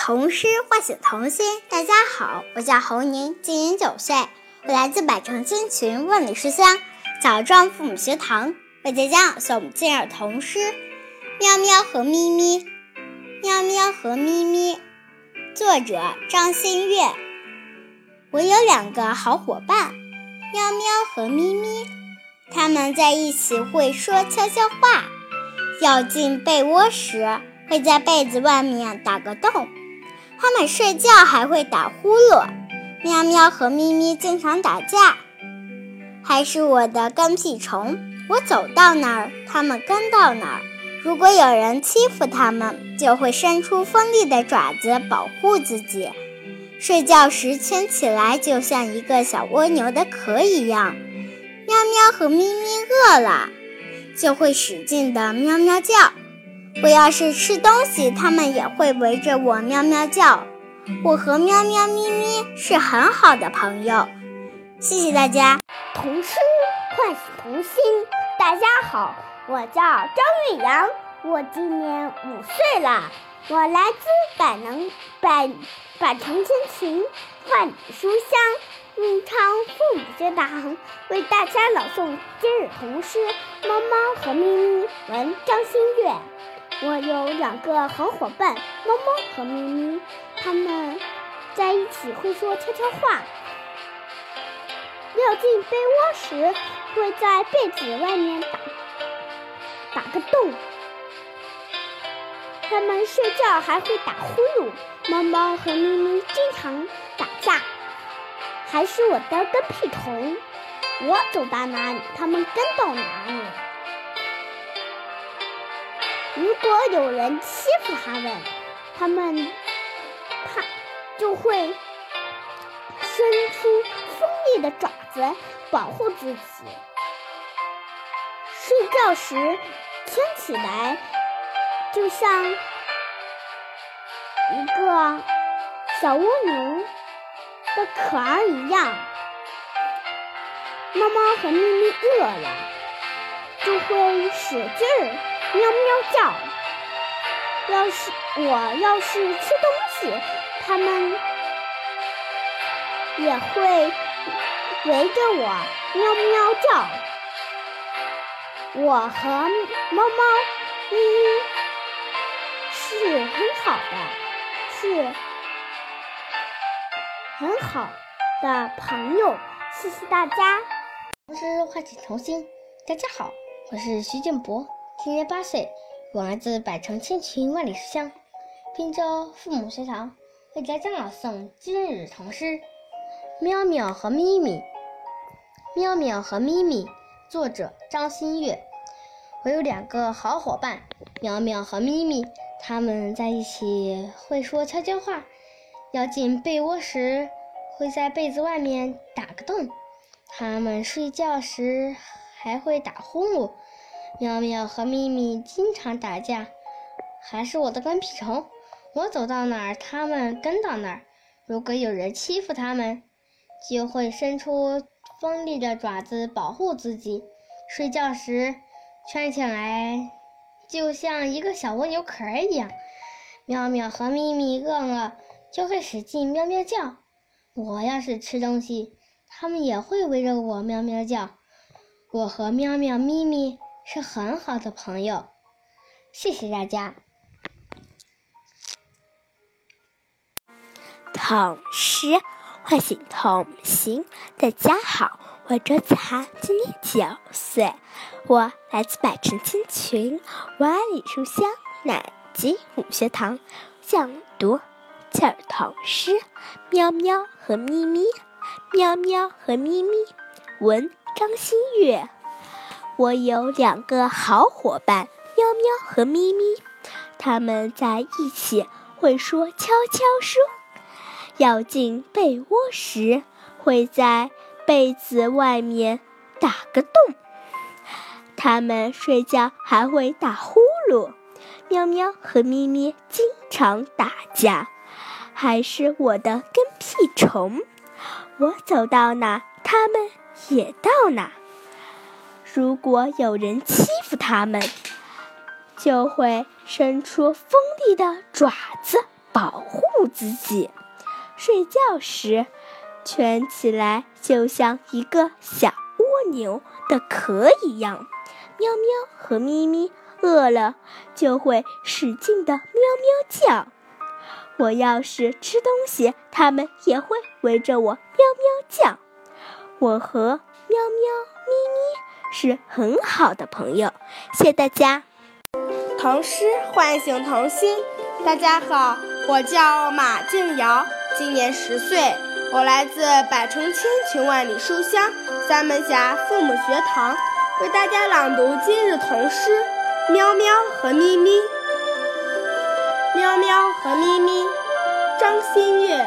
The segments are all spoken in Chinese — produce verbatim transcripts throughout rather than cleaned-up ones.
童诗唤醒童心。大家好，我叫侯宁，今年九岁，我来自百城千群万里书香枣庄父母学堂，为大家朗诵今日童诗《喵喵和咪咪》。喵喵和咪咪，作者张馨月。我有两个好伙伴，喵喵和咪咪，他们在一起会说悄悄话，要进被窝时会在被子外面打个洞，他们睡觉还会打呼噜。喵喵和咪咪经常打架，还是我的跟屁虫，我走到哪儿他们跟到哪儿，如果有人欺负他们，就会伸出锋利的爪子保护自己。睡觉时圈起来就像一个小蜗牛的壳一样。喵喵和咪咪饿了就会使劲地喵喵叫，我要是吃东西，它们也会围着我喵喵叫。我和喵喵咪咪是很好的朋友。谢谢大家。 童诗唤醒童心。大家好，我叫张月阳，我今年五岁了，我来自百能百百城千群万里书香应昌父母学堂，为大家朗诵今日童诗《猫猫和咪咪》，文张馨月。我有两个好伙伴，猫猫和咪咪，他们在一起会说悄悄话，要进被窝时会在被子外面打打个洞，他们睡觉还会打呼噜。猫猫和咪咪经常打架，还是我的跟屁虫，我走到哪里他们跟到哪里。如果有人欺负他们，他们怕就会伸出锋利的爪子保护自己。睡觉时圈起来就像一个小蜗牛的壳儿一样。猫猫和咪咪饿了就会使劲儿喵喵叫，要是我要是吃东西，它们也会围着我喵喵叫。我和猫猫咪咪是很好的，是很好的朋友。谢谢大家。 童诗唤醒童心。大家好，我是徐建博，今年八岁，我来自百城千群万里书香滨州父母学堂，为大家朗诵今日童诗《喵喵和咪咪》。喵喵和咪咪，作者张馨月。我有两个好伙伴，喵喵和咪咪，他们在一起会说悄悄话，要进被窝时会在被子外面打个洞，他们睡觉时还会打呼噜。喵喵和咪咪经常打架，还是我的跟屁虫，我走到哪儿他们跟到哪儿，如果有人欺负他们，就会伸出锋利的爪子保护自己。睡觉时圈起来就像一个小蜗牛壳一样。喵喵和咪咪饿了就会使劲喵喵叫，我要是吃东西，它们也会围着我喵喵叫。我和喵喵咪咪是很好的朋友。谢谢大家。 童诗唤醒童心。大家好，我周子涵，今年九岁，我来自百城千群万里书香南京武学堂，讲读今儿童诗《喵喵和咪咪》。喵喵和咪咪，文张馨月。我有两个好伙伴，喵喵和咪咪，他们在一起会说悄悄说，要进被窝时会在被子外面打个洞，他们睡觉还会打呼噜。喵喵和咪咪经常打架，还是我的跟屁虫，我走到哪他们也到哪，如果有人欺负他们，就会伸出锋利的爪子保护自己。睡觉时圈起来，就像一个小蜗牛的壳一样。喵喵和咪咪饿了就会使劲的喵喵叫。我要是吃东西，它们也会围着我喵喵叫。我和喵喵咪咪是很好的朋友。谢谢大家。 童诗唤醒童心。大家好，我叫马静瑶，今年十岁，我来自百城千群万里书香三门峡父母学堂，为大家朗读今日童诗《喵喵和咪咪》。喵喵和咪咪，张馨月。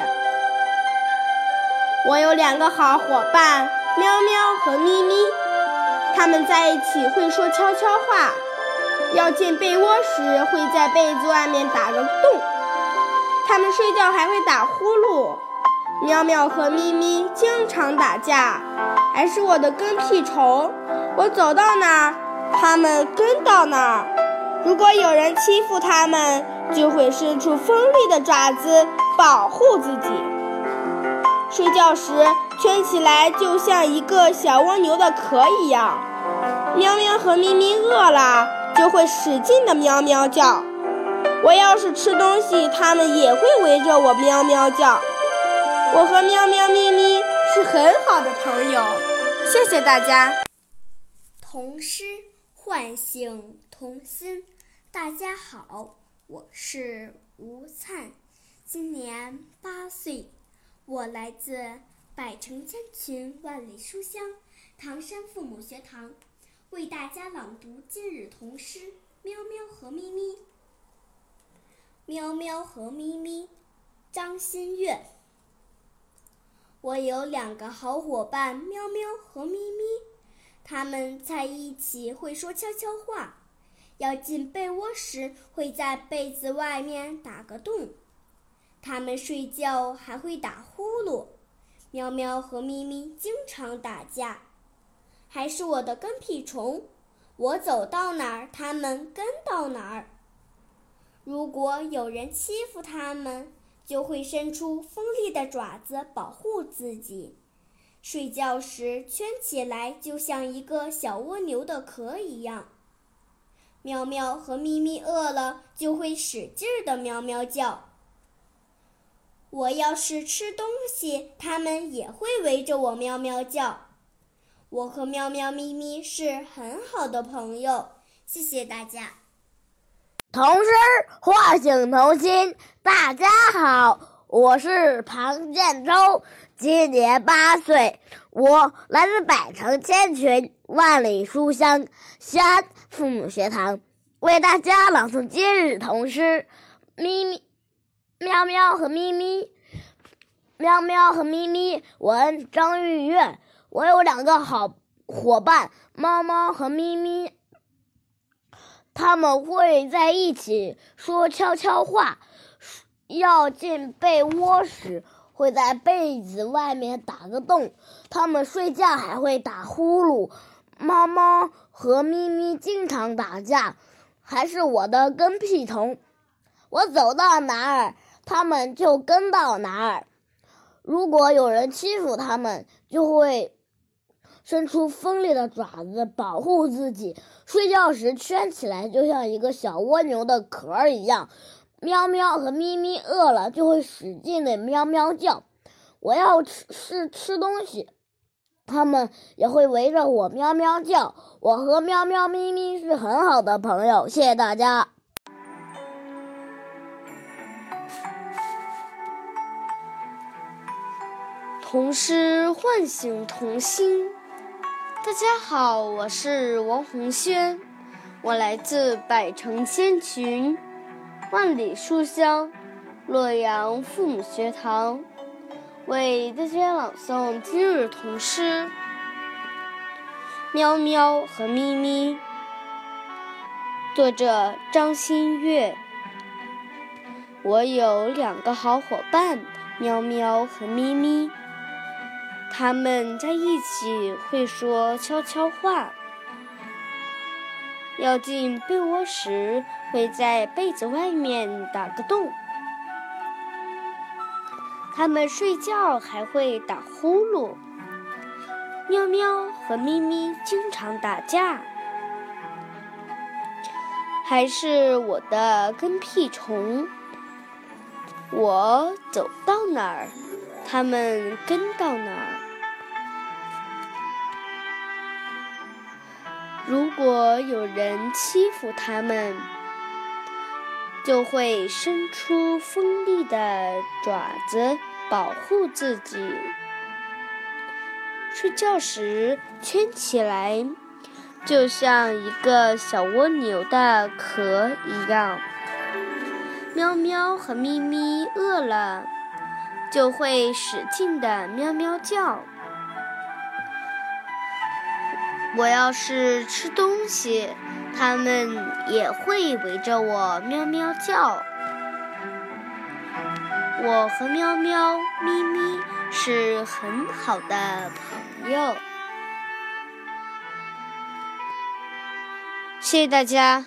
我有两个好伙伴，喵喵和咪咪，他们在一起会说悄悄话，要进被窝时会在被子外面打个洞，他们睡觉还会打呼噜。喵喵和咪咪经常打架，还是我的跟屁虫，我走到哪儿，他们跟到哪儿。如果有人欺负他们，就会伸出锋利的爪子保护自己。睡觉时圈起来，就像一个小蜗牛的壳一样。喵喵和咪咪饿了就会使劲的喵喵叫。我要是吃东西，它们也会围着我喵喵叫。我和喵喵咪咪是很好的朋友。谢谢大家。 童诗唤醒童心。大家好，我是吴灿，今年八岁，我来自百城千群万里书香唐山父母学堂，为大家朗读今日童诗《喵喵和咪咪》。喵喵和咪咪，张馨月。我有两个好伙伴，喵喵和咪咪，他们在一起会说悄悄话，要进被窝时会在被子外面打个洞，他们睡觉还会打呼噜。喵喵和咪咪经常打架，还是我的跟屁虫，我走到哪儿，他们跟到哪儿。如果有人欺负他们，就会伸出锋利的爪子保护自己。睡觉时圈起来，就像一个小蜗牛的壳一样。喵喵和咪咪饿了就会使劲的喵喵叫。我要是吃东西，它们也会围着我喵喵叫。我和喵喵咪咪是很好的朋友。谢谢大家。 童诗唤醒童心。大家好，我是庞建洲，今年八岁，我来自百城千群万里书香西安父母学堂，为大家朗诵今日童诗咪咪喵喵和咪咪。喵喵和咪咪，文张玉月。我有两个好伙伴，猫猫和咪咪，他们会在一起说悄悄话，要进被窝时会在被子外面打个洞，他们睡觉还会打呼噜。猫猫和咪咪经常打架，还是我的跟屁虫，我走到哪儿，他们就跟到哪儿。如果有人欺负他们，就会伸出锋利的爪子保护自己。睡觉时圈起来，就像一个小蜗牛的壳一样。喵喵和咪咪饿了就会使劲的喵喵叫。我要吃是吃东西，他们也会围着我喵喵叫。我和喵喵咪咪是很好的朋友。谢谢大家。 童诗唤醒童心。大家好，我是王红轩，我来自百城千群万里书香洛阳父母学堂，为大家朗诵今日童诗《喵喵和咪咪》，作者张馨月。我有两个好伙伴，喵喵和咪咪，他们在一起会说悄悄话，要进被窝时会在被子外面打个洞， 它们睡觉还会打呼噜。喵喵和咪咪经常打架，还是我的跟屁虫。我走到哪儿，它们跟到哪儿。如果有人欺负它们，就会伸出锋利的爪子保护自己。睡觉时圈起来，就像一个小蜗牛的壳一样。喵喵和咪咪饿了，就会使劲地喵喵叫。我要是吃东西，它们也会围着我喵喵叫。我和喵喵、咪咪是很好的朋友。谢谢大家。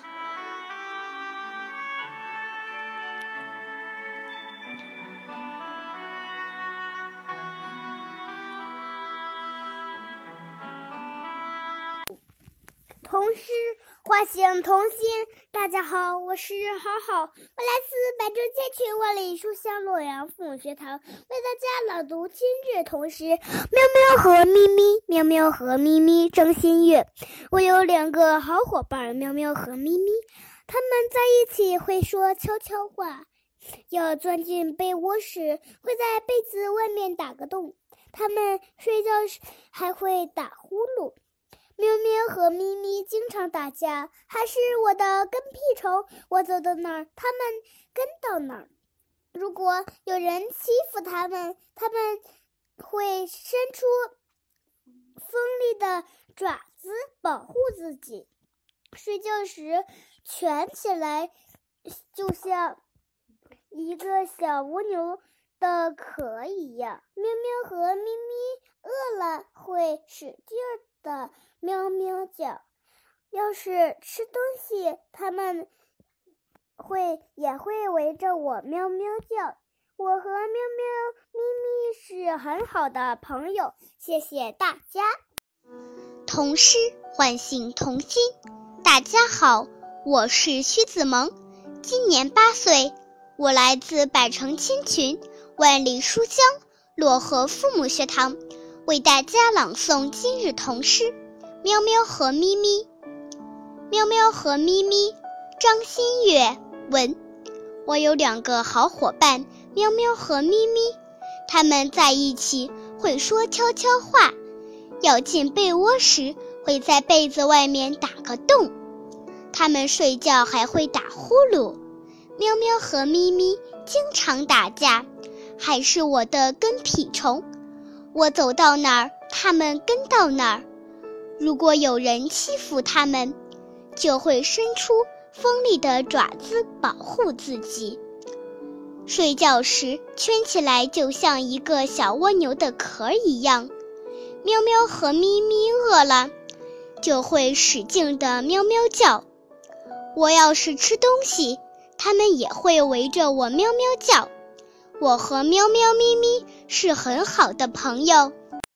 童诗唤醒童心。大家好，我是好好，我来自百城千群万里书香洛阳父母学堂，为大家朗读今日童诗。喵喵和咪咪，喵喵和咪咪争新月。我有两个好伙伴，喵喵和咪咪，他们在一起会说悄悄话，要钻进被窝时会在被子外面打个洞，他们睡觉时还会打呼噜。喵喵和咪咪经常打架，还是我的跟屁虫，我走到哪儿，它们跟到哪儿。如果有人欺负它们，它们会伸出锋利的爪子保护自己。睡觉时蜷起来，就像一个小蜗牛的壳一样。喵喵和咪咪饿了会使劲的喵喵叫，要是吃东西，它们会也会围着我喵喵叫。我和喵喵、咪咪是很好的朋友，谢谢大家。 童诗唤醒童心。大家好，我是徐子萌，今年八岁，我来自百城千群，万里书香漯河父母学堂，为大家朗诵今日童诗。喵喵和咪咪。喵喵和咪咪，张馨月文。我有两个好伙伴，喵喵和咪咪，他们在一起会说悄悄话，要进被窝时会在被子外面打个洞，他们睡觉还会打呼噜。喵喵和咪咪经常打架，还是我的跟屁虫，我走到哪儿，他们跟到哪儿。如果有人欺负他们，就会伸出锋利的爪子保护自己。睡觉时圈起来，就像一个小蜗牛的壳一样。喵喵和咪咪饿了，就会使劲的喵喵叫。我要是吃东西，它们也会围着我喵喵叫。我和喵喵咪咪是很好的朋友。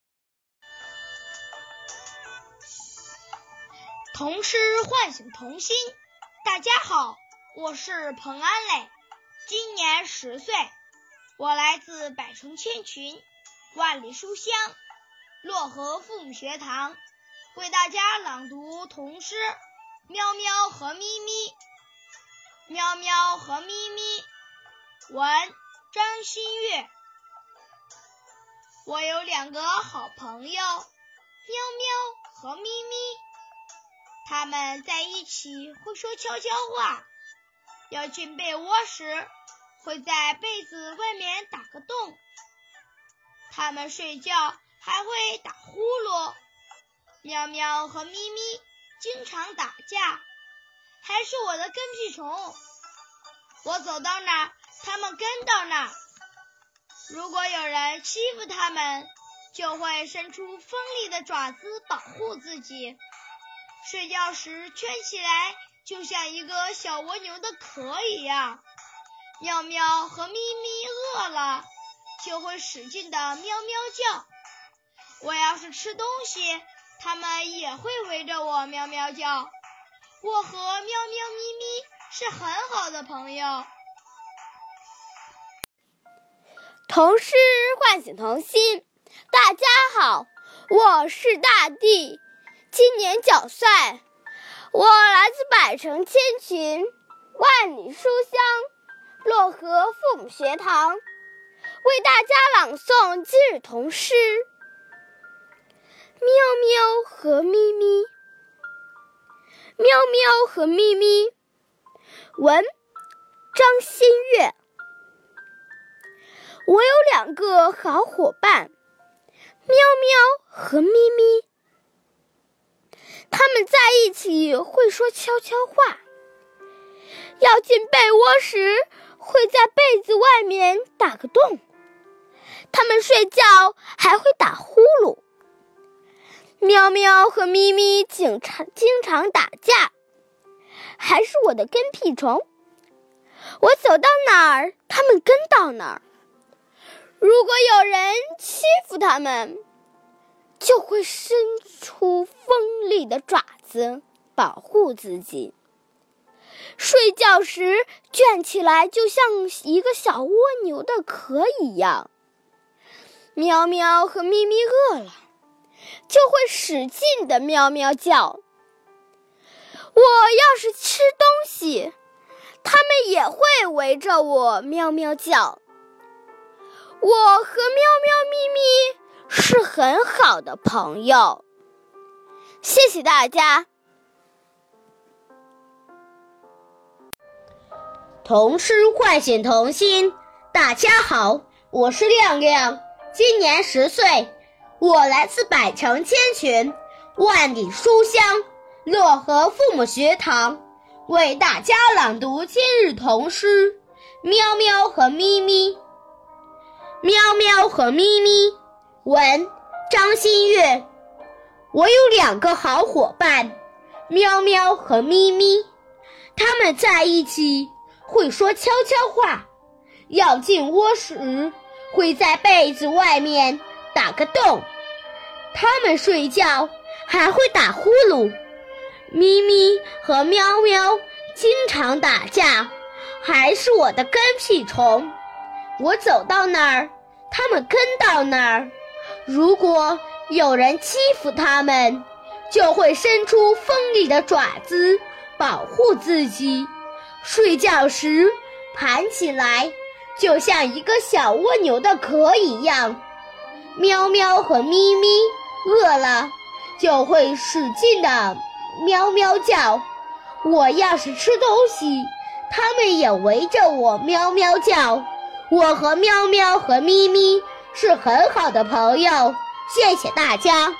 童诗唤醒童心。大家好，我是彭安磊，今年十岁，我来自百城千群，万里书香漯河父母学堂，为大家朗读童诗《喵喵和咪咪》。喵喵和咪咪，文张馨月。我有两个好朋友，喵喵和咪咪，他们在一起会说悄悄话，要进被窝时会在被子外面打个洞，他们睡觉还会打呼噜。喵喵和咪咪经常打架，还是我的跟屁虫，我走到哪儿，他们跟到哪儿。如果有人欺负他们，就会伸出锋利的爪子保护自己。睡觉时圈起来，就像一个小蜗牛的壳一样。喵喵和咪咪饿了， 就会使劲的喵喵叫。我要是吃东西，它们也会围着我喵喵叫。我和喵喵咪咪是很好的朋友。 童诗唤醒童心。大家好，我是大地，今年九岁，我来自百城千群，万里书香漯河父母学堂，为大家朗诵今日童诗。喵喵和咪咪，喵喵和咪咪，文张馨月。我有两个好伙伴，喵喵和咪咪，他们在一起会说悄悄话，要进被窝时会在被子外面打个洞，他们睡觉还会打呼噜。喵喵和咪咪经常经常打架，还是我的跟屁虫，我走到哪儿他们跟到哪儿。如果有人欺负他们，就会伸出锋利的爪子保护自己。睡觉时卷起来就像一个小蜗牛的壳一样。喵喵和咪咪饿了，就会使劲的喵喵叫。我要是吃东西，它们也会围着我喵喵叫。我和喵喵咪咪是很好的朋友。谢谢大家。 童诗唤醒童心。大家好，我是亮亮，今年十岁，我来自百城千群，万里书香漯河父母学堂，为大家朗读今日童诗。喵喵和咪咪。喵喵和咪咪，文张馨月。我有两个好伙伴，喵喵和咪咪，他们在一起会说悄悄话，要进窝时会在被子外面打个洞，他们睡觉还会打呼噜。咪咪和喵喵经常打架，还是我的跟屁虫，我走到哪儿他们跟到哪儿。如果有人欺负他们，就会伸出锋利的爪子保护自己。睡觉时盘起来就像一个小蜗牛的壳一样。喵喵和咪咪饿了就会使劲的喵喵叫。我要是吃东西，它们也围着我喵喵叫。我和喵喵和咪咪是很好的朋友。谢谢大家。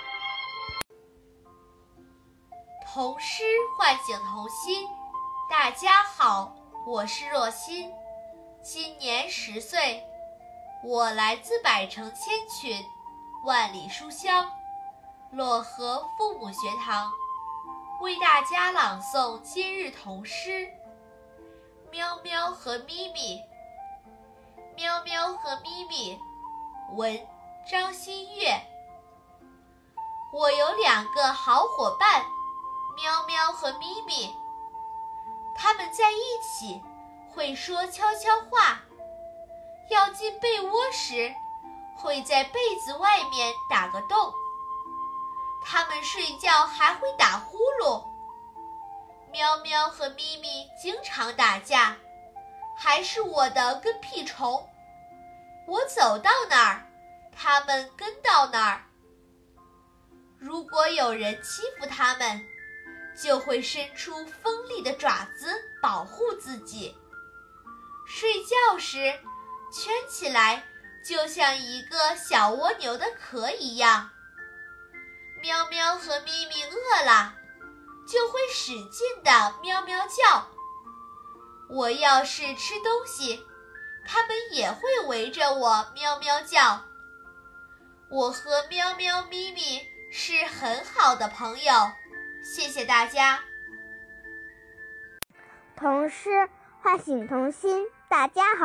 童诗唤醒童心。大家好，我是若欣，今年十岁，我来自百城千群，万里书香漯河父母学堂，为大家朗诵今日童诗。喵喵和咪咪。喵喵和咪咪，文张馨月。我有两个好伙伴，喵喵和咪咪，他们在一起会说悄悄话，要进被窝时会在被子外面打个洞，他们睡觉还会打呼噜。喵喵和咪咪经常打架，还是我的跟屁虫，我走到哪儿他们跟到哪儿。如果有人欺负他们，就会伸出锋利的爪子保护自己。睡觉时圈起来就像一个小蜗牛的壳一样。喵喵和咪咪饿了就会使劲地喵喵叫。我要是吃东西，它们也会围着我喵喵叫。我和喵喵咪咪是很好的朋友。谢谢大家。 童诗唤醒童心。大家好，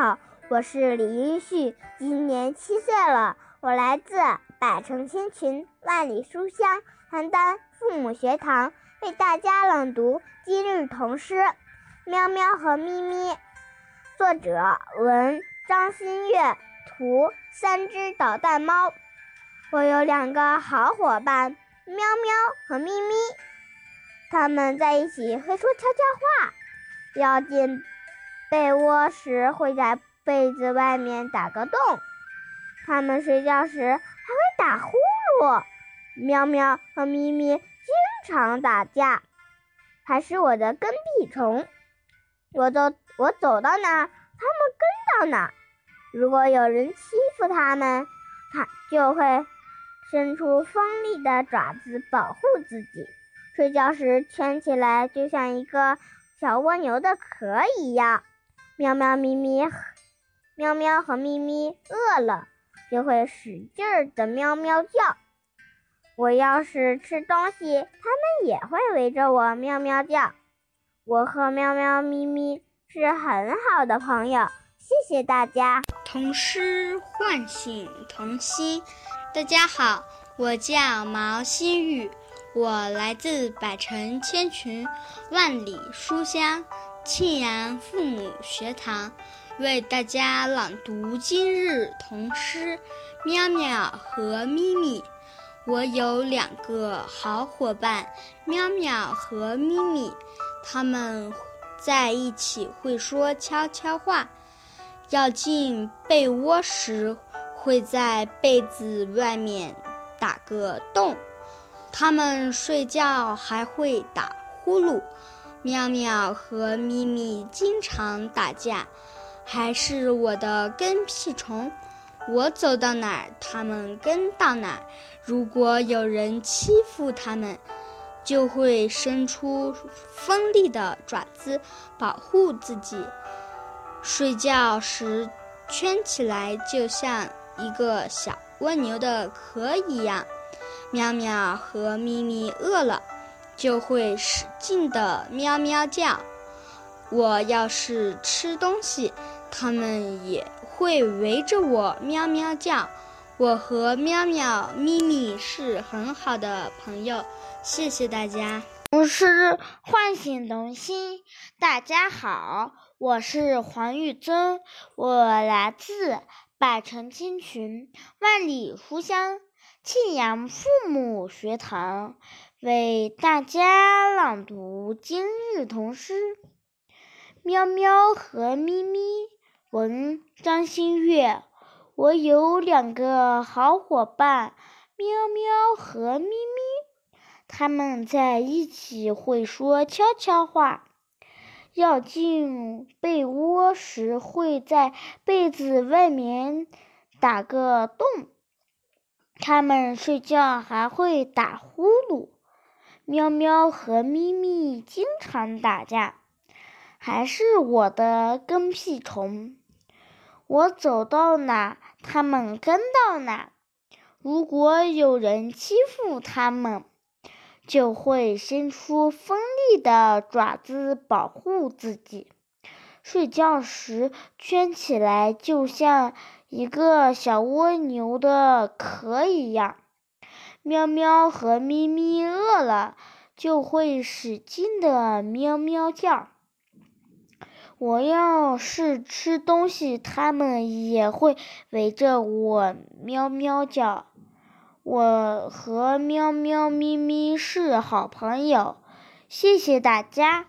我是李云旭，今年七岁了。我来自百城千群，万里书香邯郸父母学堂，为大家朗读今日童诗《喵喵和咪咪》。作者文张馨月，图三只捣蛋猫。我有两个好伙伴，喵喵和咪咪，他们在一起会说悄悄话，要进被窝时会在被子外面打个洞，他们睡觉时还会打呼噜。喵喵和咪咪经常打架，还是我的跟屁虫。我走我走到哪儿，他们跟到哪儿。如果有人欺负他们，他就会伸出锋利的爪子保护自己。睡觉时圈起来，就像一个小蜗牛的壳一样。喵喵咪咪，喵喵和咪咪饿了，就会使劲儿的喵喵叫。我要是吃东西，它们也会围着我喵喵叫。我和喵喵咪咪是很好的朋友，谢谢大家。 童诗唤醒童心。大家好，我叫毛新玉，我来自百城千群，万里书香庆阳父母学堂，为大家朗读今日童诗《喵喵和咪咪》。我有两个好伙伴，喵喵和咪咪，他们在一起会说悄悄话，要进被窝时会在被子外面打个洞，他们睡觉还会打呼噜。喵喵和咪咪经常打架，还是我的跟屁虫，我走到哪儿，他们跟到哪儿。如果有人欺负他们，就会伸出锋利的爪子保护自己。睡觉时圈起来，就像一个小蜗牛的壳一样。喵喵和咪咪饿了，就会使劲的喵喵叫。我要是吃东西，它们也会围着我喵喵叫。我和喵喵、咪咪是很好的朋友，谢谢大家。 童诗唤醒童心。大家好，我是黄玉珍，我来自百城千群，万里书香庆阳父母学堂，为大家朗读今日童诗《喵喵和咪咪》，文张馨月。我有两个好伙伴，喵喵和咪咪，他们在一起会说悄悄话，要进被窝时会在被子外面打个洞，他们睡觉还会打呼噜。喵喵和咪咪经常打架，还是我的跟屁虫，我走到哪他们跟到哪。如果有人欺负他们，就会伸出锋利的爪子保护自己。睡觉时圈起来，就像一个小蜗牛的壳一样。喵喵和咪咪饿了，就会使劲的喵喵叫。我要是吃东西，它们也会围着我喵喵叫。我和喵喵咪咪是好朋友，谢谢大家。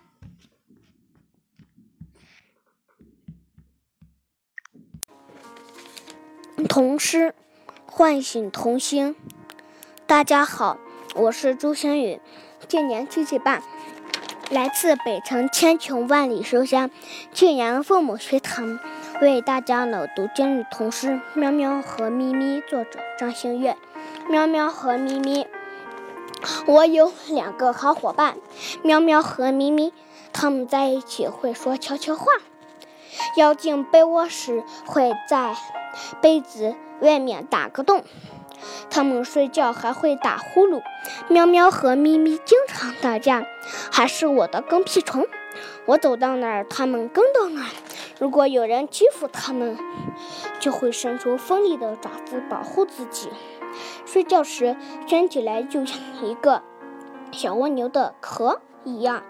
童诗唤醒童心。大家好，我是朱星宇，今年七岁半，来自北城千穷万里书香庆阳父母学堂，为大家朗读今日童诗《喵喵和咪咪》，作者张馨月。喵喵和咪咪，我有两个好伙伴，喵喵和咪咪，他们在一起会说悄悄话，要进被窝时会在被子外面打个洞，他们睡觉还会打呼噜。喵喵和咪咪经常打架，还是我的跟屁虫，我走到哪儿他们跟到哪儿。 如果有人欺负它们，就会伸出锋利的爪子保护自己。睡觉时卷起来就像一个小蜗牛的壳一样。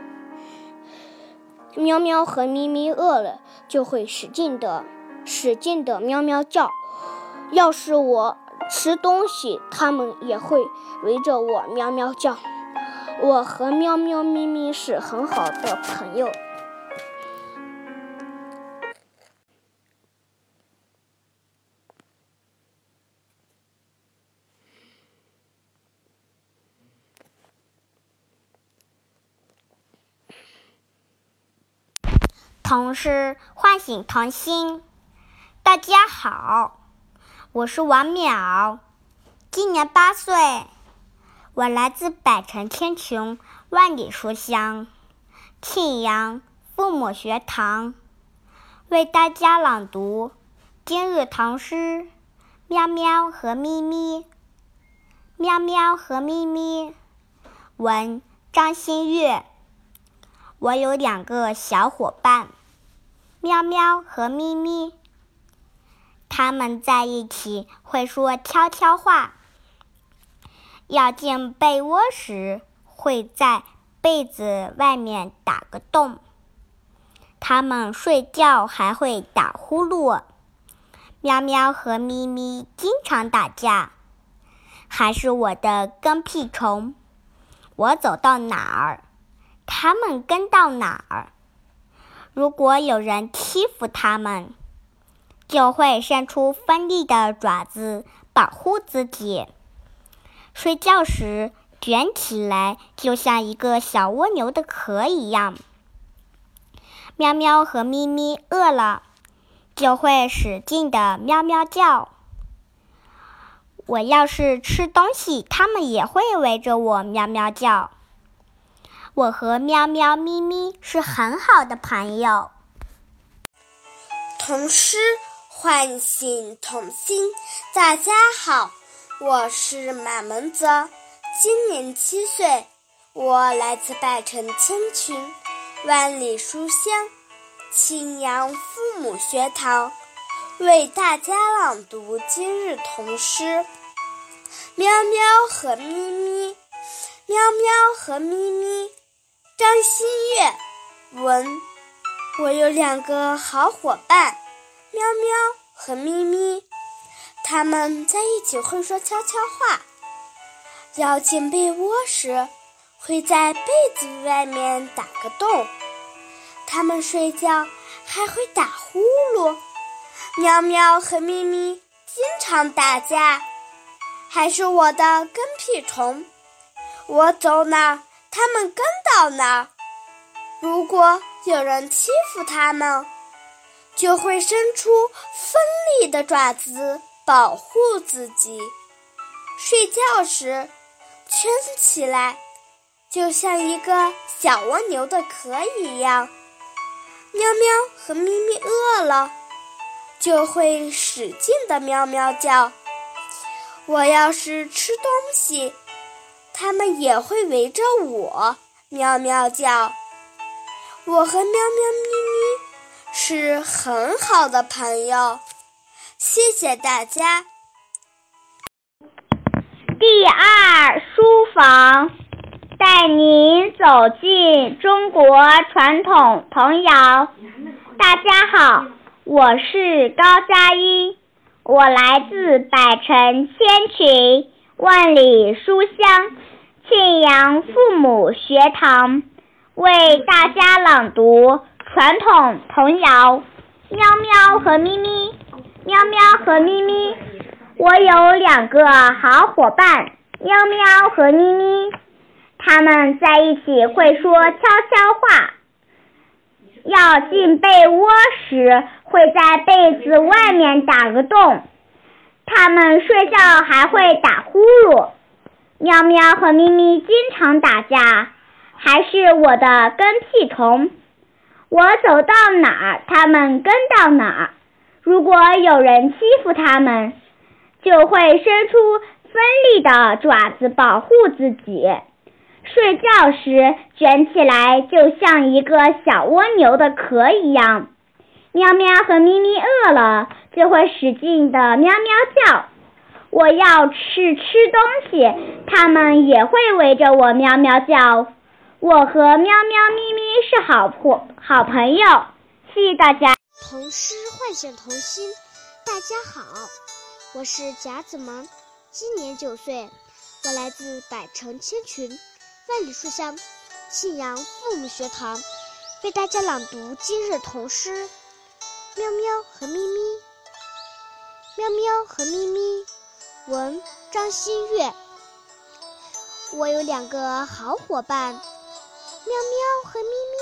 喵喵和咪咪饿了就会使劲的使劲的喵喵叫，要是我吃东西，它们也会围着我喵喵叫。我和喵喵咪咪是很好的朋友。 童诗唤醒童心。大家好，我是王淼，今年八岁，我来自百城千穷万里书香庆阳父母学堂，为大家朗读今日童诗。喵喵和咪咪。喵喵和咪咪，文张馨月。我有两个小伙伴，喵喵和咪咪，他们在一起会说悄悄话，要进被窝时会在被子外面打个洞，他们睡觉还会打呼噜。喵喵和咪咪经常打架，还是我的跟屁虫，我走到哪儿他们跟到哪儿。如果有人欺负他们，就会伸出锋利的爪子保护自己。睡觉时卷起来就像一个小蜗牛的壳一样。喵喵和咪咪饿了就会使劲的喵喵叫，我要是吃东西，它们也会围着我喵喵叫。我和喵喵咪咪是很好的朋友。 童诗唤醒童心。大家好，我是马萌泽，今年七岁，我来自百城千群万里书香庆阳父母学堂，为大家朗读今日童诗。喵喵和咪咪。喵喵和咪咪，张馨月。文，我有两个好伙伴，喵喵和咪咪，他们在一起会说悄悄话，要进被窝时会在被子外面打个洞，他们睡觉还会打呼噜。喵喵和咪咪经常打架，还是我的跟屁虫，我走哪儿他们跟到哪儿。如果有人欺负他们，就会伸出锋利的爪子保护自己。睡觉时圈起来就像一个小蜗牛的壳一样。喵喵和咪咪饿了就会使劲的喵喵叫，我要是吃东西，它们也会围着我喵喵叫。我和喵喵咪咪是很好的朋友，谢谢大家。 第二书房，带您走进中国传统童谣。大家好，我是高佳一，我来自百城千群万里书香庆阳父母学堂，为大家朗读传统童谣《喵喵和咪咪》。喵喵和咪咪，我有两个好伙伴，喵喵和咪咪，他们在一起会说悄悄话，要进被窝时会在被子外面打个洞，他们睡觉还会打呼噜。喵喵和咪咪经常打架，还是我的跟屁虫，我走到哪儿他们跟到哪儿。如果有人欺负他们，就会伸出锋利的爪子保护自己。睡觉时卷起来就像一个小蜗牛的壳一样。 喵喵和咪咪饿了就会使劲的喵喵叫。我要去吃东西，它们也会围着我喵喵叫。我和喵喵咪咪是好朋好朋友，谢谢大家。 童诗唤醒童心，大家好，我是甲子萌，今年九岁，我来自百城千群，万里书香信阳父母学堂，为大家朗读今日童诗。喵喵和咪咪，喵喵和咪咪，文张馨月。我有两个好伙伴，喵喵和咪咪，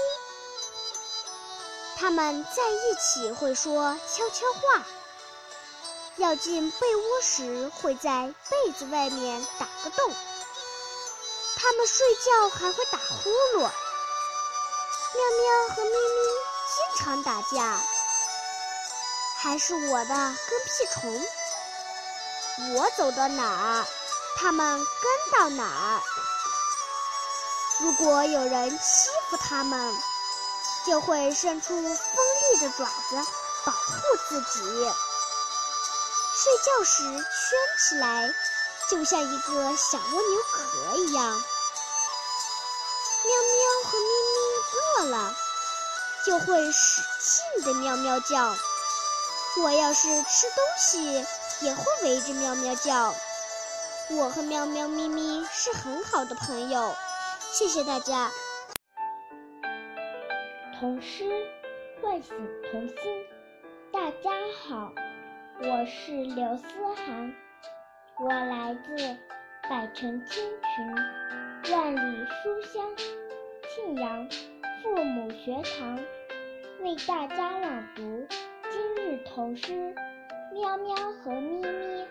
他们在一起会说悄悄话，要进被窝时会在被子外面打个洞，他们睡觉还会打呼噜。喵喵和咪咪经常打架，还是我的跟屁虫，我走到哪儿，他们跟到哪儿。如果有人欺负他们，就会伸出锋利的爪子保护自己。睡觉时圈起来，就像一个小蜗牛壳一样。喵喵和咪咪饿了，就会使劲的喵喵叫。我要是吃东西，也会围着喵喵叫。我和喵喵咪咪是很好的朋友，谢谢大家。 童诗唤醒童心，大家好，我是刘思涵，我来自百城千群，万里书香庆阳父母学堂，为大家朗读今日童诗。喵喵和咪咪，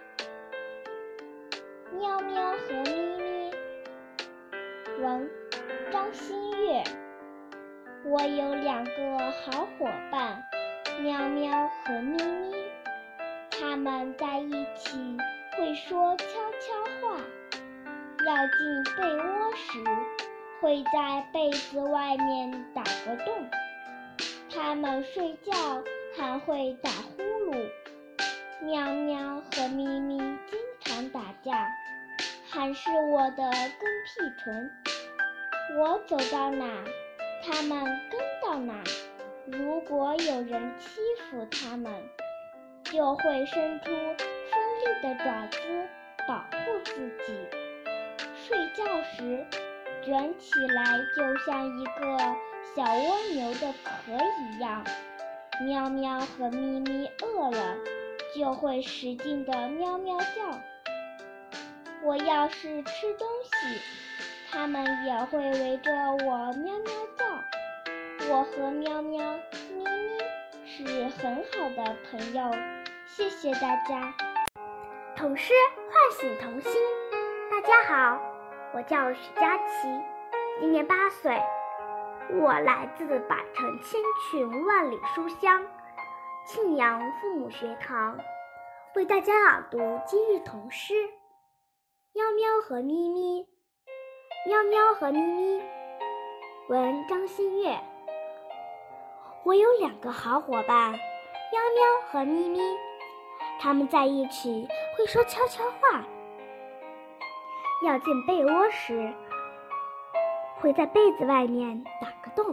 喵喵和咪咪，文张馨月。我有两个好伙伴，喵喵和咪咪，他们在一起会说悄悄话，要进被窝时会在被子外面打个洞，他们睡觉还会打呼噜。喵喵和咪咪经常打架，还是我的跟屁虫，我走到哪他们跟到哪，如果有人欺负他们，就会伸出锋利的爪子保护自己。睡觉时卷起来就像一个小蜗牛的壳一样。喵喵和咪咪饿了就会使劲的喵喵叫。我要是吃东西，它们也会围着我喵喵叫。我和喵喵咪咪是很好的朋友，谢谢大家。 童诗唤醒童心，大家好，我叫许佳琪，今年八岁，我来自百城千群万里书香庆阳父母学堂，为大家朗读今日童诗。喵喵和咪咪，喵喵和咪咪，文张馨月。我有两个好伙伴，喵喵和咪咪，他们在一起会说悄悄话，要进被窝时会在被子外面打个洞，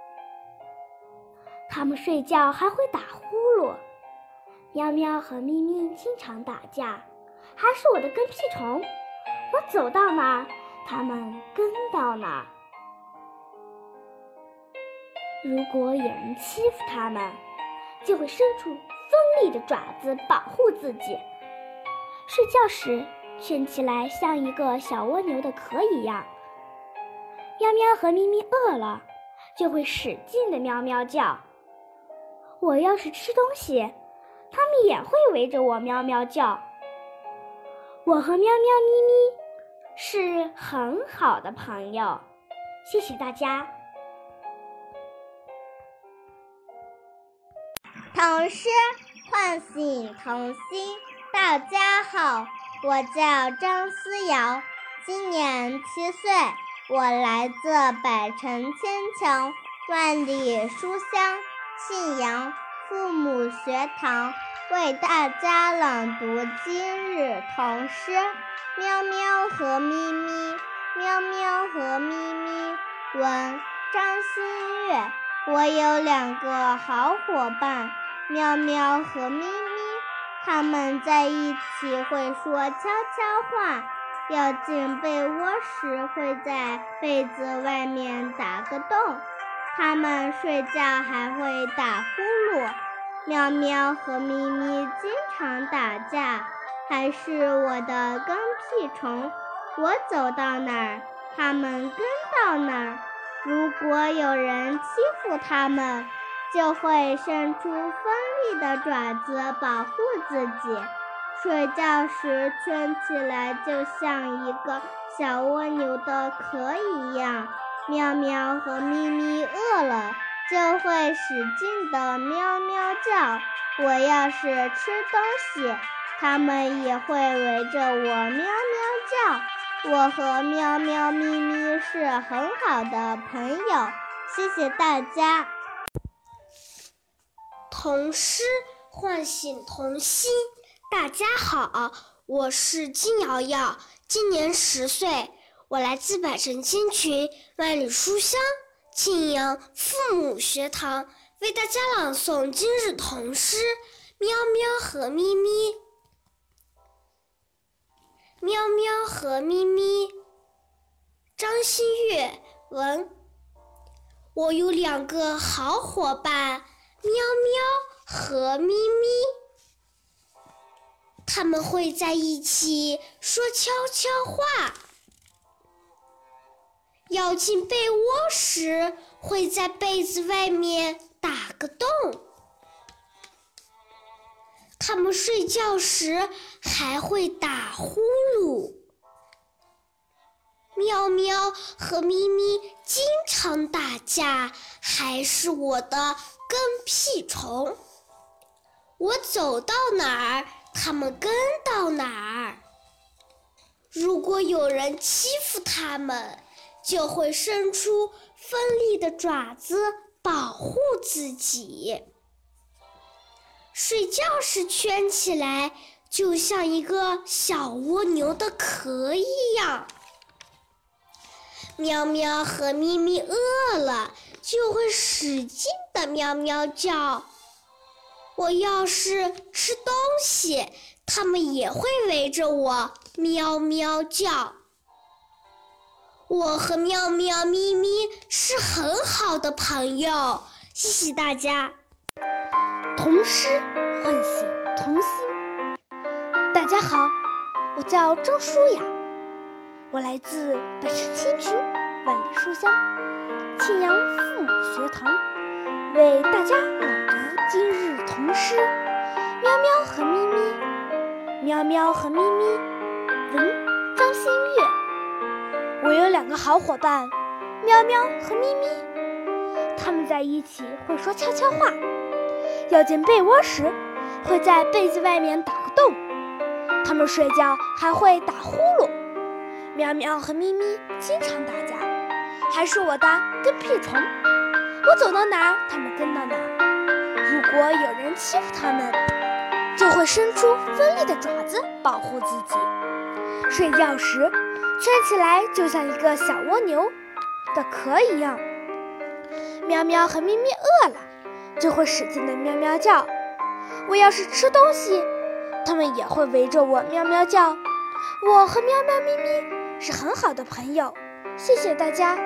他们睡觉还会打呼噜。喵喵和咪咪经常打架，还是我的跟屁虫，我走到哪儿他们跟到哪儿。如果有人欺负他们，就会伸出锋利的爪子保护自己。睡觉时圈起来像一个小蜗牛的壳一样。喵喵和咪咪饿了就会使劲的喵喵叫。我要是吃东西，它们也会围着我喵喵叫。我和喵喵咪咪是很好的朋友，谢谢大家。 童诗唤醒童心，大家好，我叫张思瑶，今年七岁，我来自百城千穷万里书香信阳父母学堂为大家朗读今日童诗。喵喵和咪咪，喵喵和咪咪。文张馨月。我有两个好伙伴，喵喵和咪咪，他们在一起会说悄悄话，要进被窝时会在被子外面打个洞，他们睡觉还会打呼噜。喵喵和咪咪经常打架，还是我的跟屁虫，我走到哪儿，他们跟到哪儿。如果有人欺负他们，就会伸出锋利的爪子保护自己。睡觉时圈起来就像一个小蜗牛的壳一样。喵喵和咪咪饿了就会使劲的喵喵叫，我要是吃东西，它们也会围着我喵喵叫。我和喵喵咪咪是很好的朋友，谢谢大家。 童诗唤醒童心。大家好，我是金瑶瑶，今年十岁，我来自百城千群万里书香庆阳父母学堂，为大家朗诵今日童诗《喵喵和咪咪》。喵喵和咪咪，张馨月文。我有两个好伙伴，喵喵和咪咪，他们会在一起说悄悄话，要进被窝时会在被子外面打个洞，他们睡觉时还会打呼噜。喵喵和咪咪经常打架，还是我的跟屁虫，我走到哪儿，他们跟到哪儿。如果有人欺负他们，就会伸出锋利的爪子保护自己。睡觉时圈起来，就像一个小蜗牛的壳一样。喵喵和咪咪饿了，就会使劲的喵喵叫。我要是吃东西，它们也会围着我喵喵叫。我和喵喵咪咪是很好的朋友，谢谢大家。 童诗唤醒童心。大家好，我叫张舒雅，我来自百城千群万里书香庆阳父母学堂，为大家朗读今日童诗《喵喵和咪咪》。喵喵和咪咪，文张馨月。我有两个好伙伴，喵喵和咪咪，他们在一起会说悄悄话，要进被窝时会在被子外面打个洞，他们睡觉还会打呼噜。喵喵和咪咪经常打架，还是我的跟屁虫，我走到哪儿，他们跟到哪儿。如果有人欺负他们，就会伸出锋利的爪子保护自己。睡觉时圈起来就像一个小蜗牛的壳一样。喵喵和咪咪饿了就会使劲的喵喵叫，我要是吃东西，它们也会围着我喵喵叫。我和喵喵咪咪是很好的朋友，谢谢大家。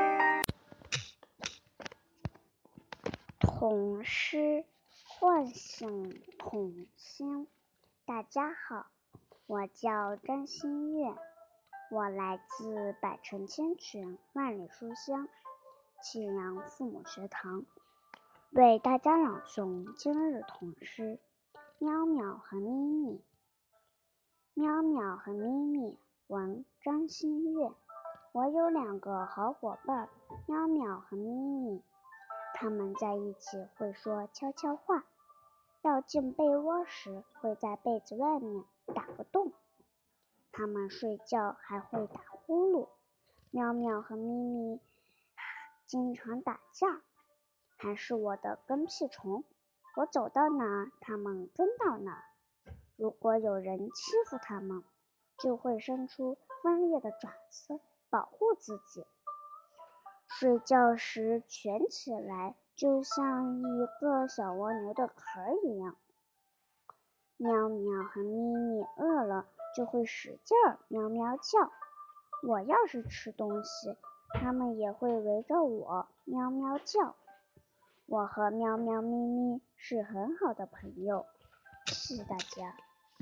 童诗唤醒童心。大家好，我叫张馨月，我来自百城千群万里书香庆阳父母学堂，为大家朗诵今日童诗《喵喵和咪咪》。喵喵和咪咪，文张馨月。我有两个好伙伴，喵喵和咪咪，他们在一起会说悄悄话，要进被窝时会在被子外面打个洞，他们睡觉还会打呼噜。喵喵和咪咪经常打架，还是我的跟屁虫， 我走到哪儿，他们跟到哪儿。如果有人欺负他们，就会伸出锋利的爪子保护自己。睡觉时蜷起来，就像一个小蜗牛的壳一样。喵喵和咪咪饿了就会使劲儿喵喵叫。我要是吃东西，它们也会围着我喵喵叫。我和喵喵咪咪是很好的朋友。谢谢大家。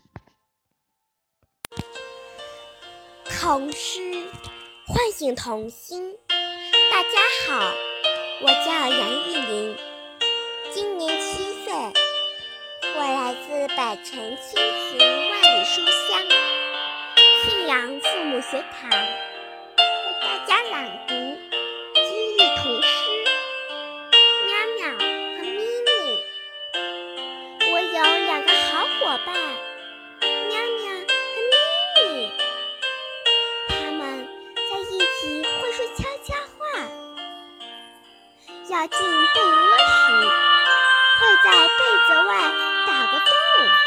童诗唤醒童心。大家好，我叫杨玉玲，今年七岁，我来自百城千群万里书香庆阳父母学堂，为大家朗读今日童诗《喵喵和咪咪》。我有两个好伙伴，喵喵和咪咪，他们在一起会说悄悄话，要进被窝时会在被子外打个洞，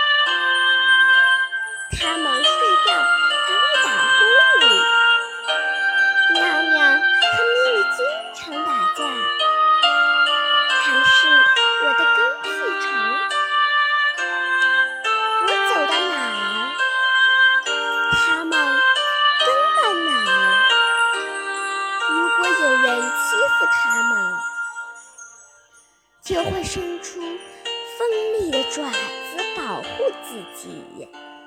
他们睡觉还会打呼噜。喵喵和咪咪经常打架，它是我的跟屁虫。我走到哪儿，它们跟到哪儿。如果有人欺负它们，就会伸出锋利的爪子保护自己。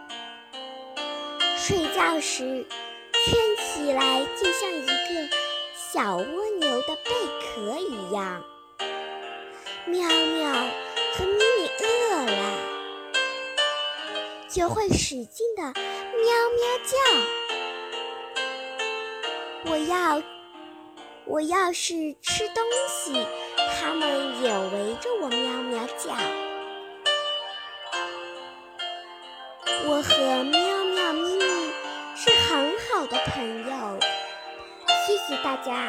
睡觉时圈起来，就像一个小蜗牛的贝壳一样。喵喵和咪咪饿了，就会使劲的喵喵叫。我要我要是吃东西，它们也围着我喵喵叫。我和喵喵咪咪是很好的朋友。谢谢大家。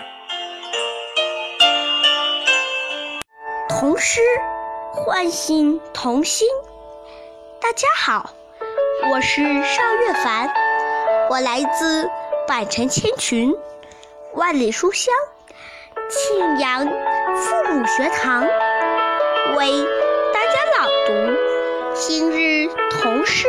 童诗唤醒童心。大家好，我是邵月凡，我来自百城千群万里书香庆阳父母学堂，为大家朗读今日童诗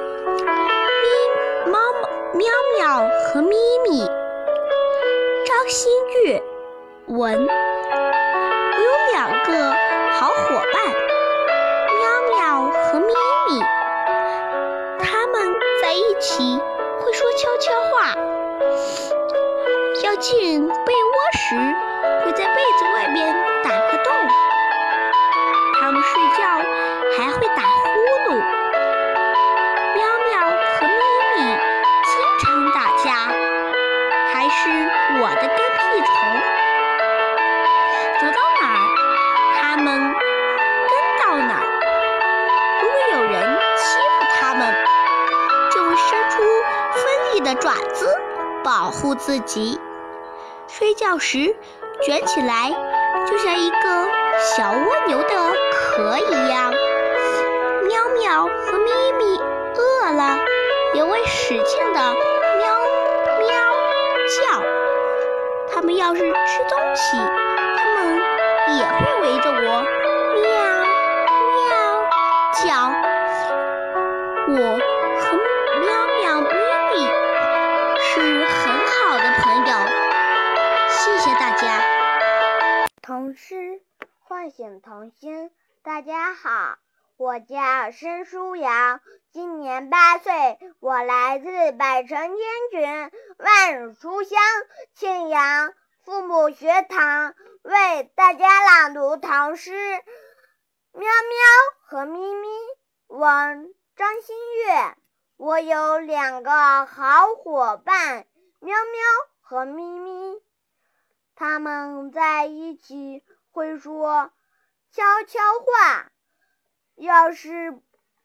咪猫喵喵和咪咪。张馨月文。我有两个好伙伴，喵喵和咪咪，他们在一起会说悄悄话，要进被窝时会在被子外面打个洞，他们睡觉还会打呼噜。喵喵和咪咪经常打架，还是我的跟屁虫。走到哪儿，他们跟到哪儿。如果有人欺负他们，就会伸出锋利的爪子保护自己。睡觉时卷起来，就像一个小蜗牛的壳一样。喵喵和咪咪饿了，也会使劲的喵喵叫。他们要是吃东西，他们也会围着我喵喵叫。我和喵喵咪咪是很好的朋友。谢谢大家。 童诗唤醒童心。大家好，我叫申书瑶，今年八岁，我来自百城千群万里书香庆阳父母学堂，为大家朗读唐诗《喵喵和咪咪》。文张馨月。我有两个好伙伴，喵喵和咪咪，他们在一起会说悄悄话，要是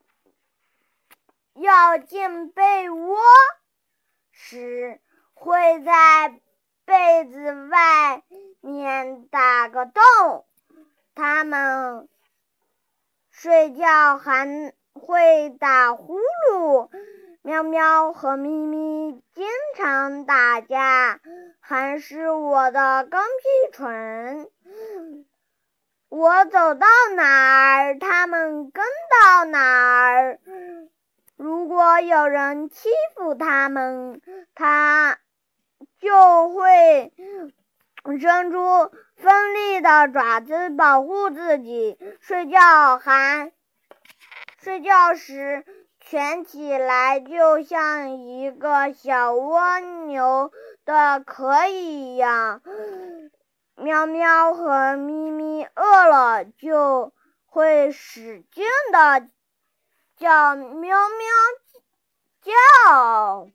要进被窝时会在被子外面打个洞，他们睡觉还会打呼噜。喵喵和咪咪经常打架，还是我的跟屁虫。我走到哪儿，他们跟到哪儿。如果有人欺负他们，他就会伸出锋利的爪子保护自己。睡觉还睡觉时蜷起来，就像一个小蜗牛的壳一样。喵喵和咪咪饿了就会使劲的叫喵喵叫。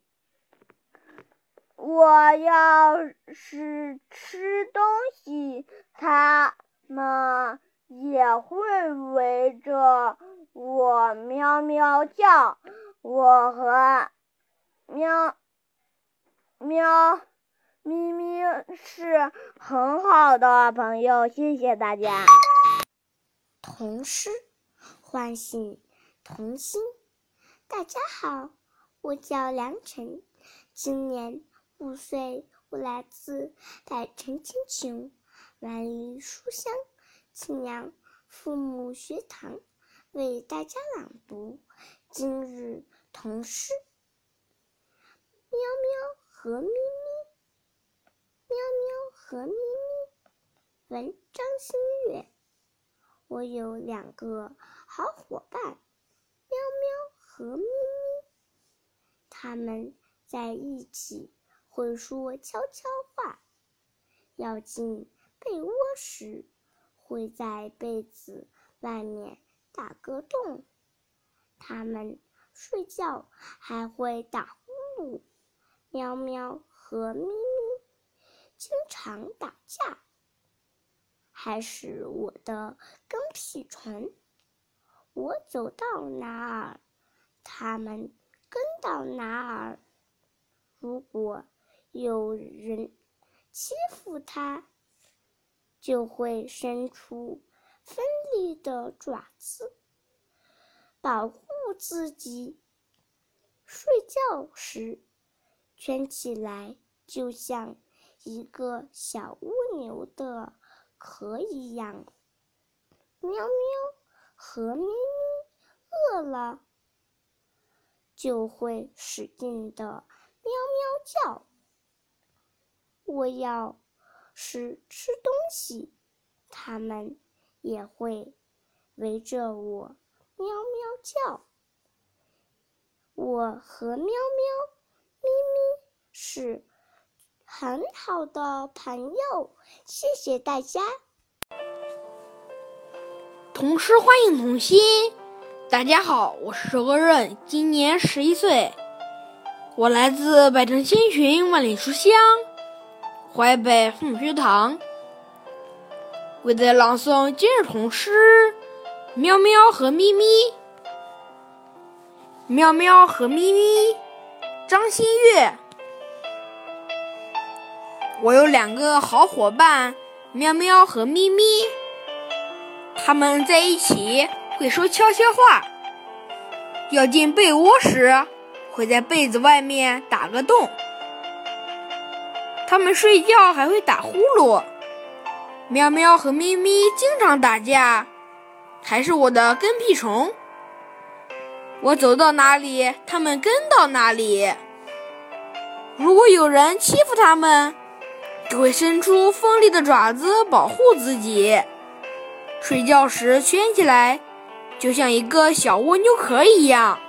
我要是吃东西，它们也会围着我喵喵叫。我和喵喵咪咪是很好的朋友，谢谢大家。 童诗唤醒童心。大家好，我叫梁晨，今年五岁，我来自百城千穷，万里书香清凉父母学堂，为大家朗读今日童诗。喵喵和咪咪，喵喵和咪咪，文张馨月。我有两个好伙伴，喵喵和咪咪，他们在一起会说悄悄话，要进被窝时会在被子外面打个洞。他们睡觉还会打呼噜。喵喵和咪咪经常打架，还是我的跟屁虫。我走到哪儿，他们跟到哪儿。如果有人欺负它，就会伸出锋利的爪子保护自己。睡觉时蜷起来，就像一个小蜗牛的壳一样。喵喵和咪咪饿了就会使劲的喵喵叫。我要是吃东西，它们也会围着我喵喵叫。我和喵喵咪咪是很好的朋友，谢谢大家。 童诗唤醒童心。大家好，我是周个任，今年十一岁，我来自百城千群，万里书香，淮北父母学堂，为大家朗诵今日童诗《喵喵和咪咪》。喵喵和咪咪，张馨月。我有两个好伙伴，喵喵和咪咪，他们在一起会说悄悄话，要进被窝时会在被子外面打个洞。他们睡觉还会打呼噜。喵喵和咪咪经常打架，还是我的跟屁虫。我走到哪里，他们跟到哪里。如果有人欺负他们，就会伸出锋利的爪子保护自己。睡觉时蜷起来，就像一个小蜗牛壳一样。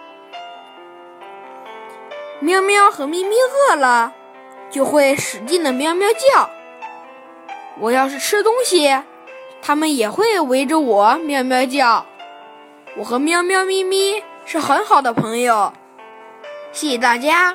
喵喵和咪咪饿了，就会使劲的喵喵叫。我要是吃东西，它们也会围着我喵喵叫。我和喵喵咪咪是很好的朋友，谢谢大家。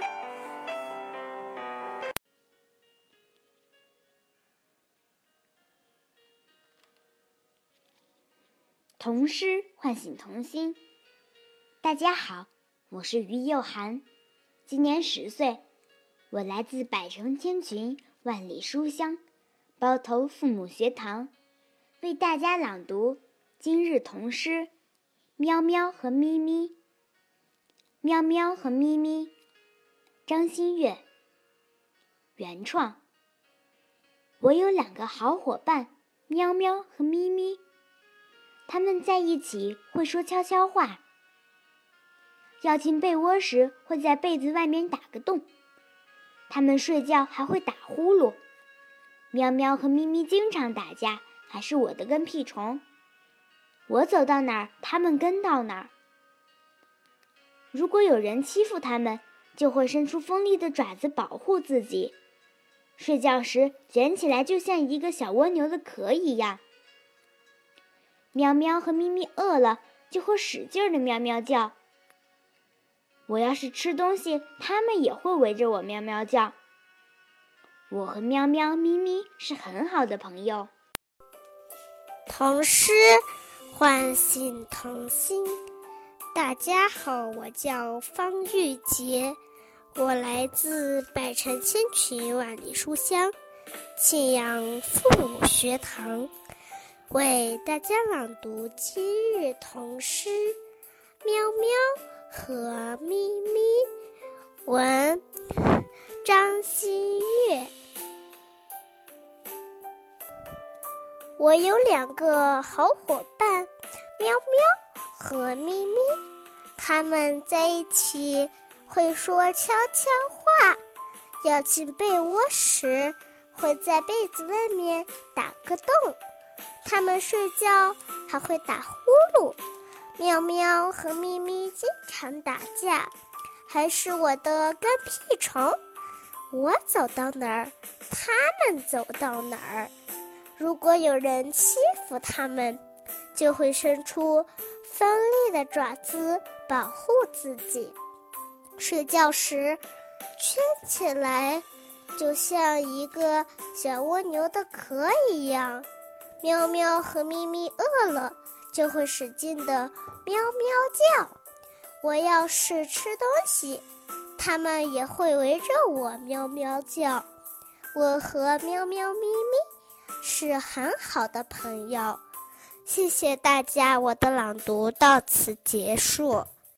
童诗唤醒童心。大家好，我是于幼涵，今年十岁，我来自百城千群，万里书香，包头父母学堂，为大家朗读今日童诗《 喵喵和咪咪。喵喵和咪咪，张馨月。原创。我有两个好伙伴，喵喵和咪咪，他们在一起会说悄悄话。要进被窝时会在被子外面打个洞，他们睡觉还会打呼噜。喵喵和咪咪经常打架，还是我的跟屁虫。我走到哪儿，他们跟到哪儿。如果有人欺负他们，就会伸出锋利的爪子保护自己。睡觉时卷起来就像一个小蜗牛的壳一样。喵喵和咪咪饿了，就会使劲的喵喵叫。我要是吃东西，它们也会围着我喵喵叫。我和喵喵、咪咪是很好的朋友。 童诗唤醒童心。大家好，我叫方玉洁，我来自百城千群万里书香庆阳父母学堂，为大家朗读今日童诗《喵喵和咪咪》，文张馨月。我有两个好伙伴，喵喵和咪咪，他们在一起会说悄悄话，要进被窝时会在被子外面打个洞，他们睡觉还会打呼噜。喵喵和咪咪经常打架，还是我的跟屁虫。我走到哪儿，他们走到哪儿。如果有人欺负他们，就会伸出锋利的爪子保护自己。睡觉时圈起来，就像一个小蜗牛的壳一样。喵喵和咪咪饿了，就会使劲的喵喵叫。我要是吃东西，它们也会围着我喵喵叫。我和喵喵咪咪是很好的朋友。谢谢大家，我的朗读到此结束。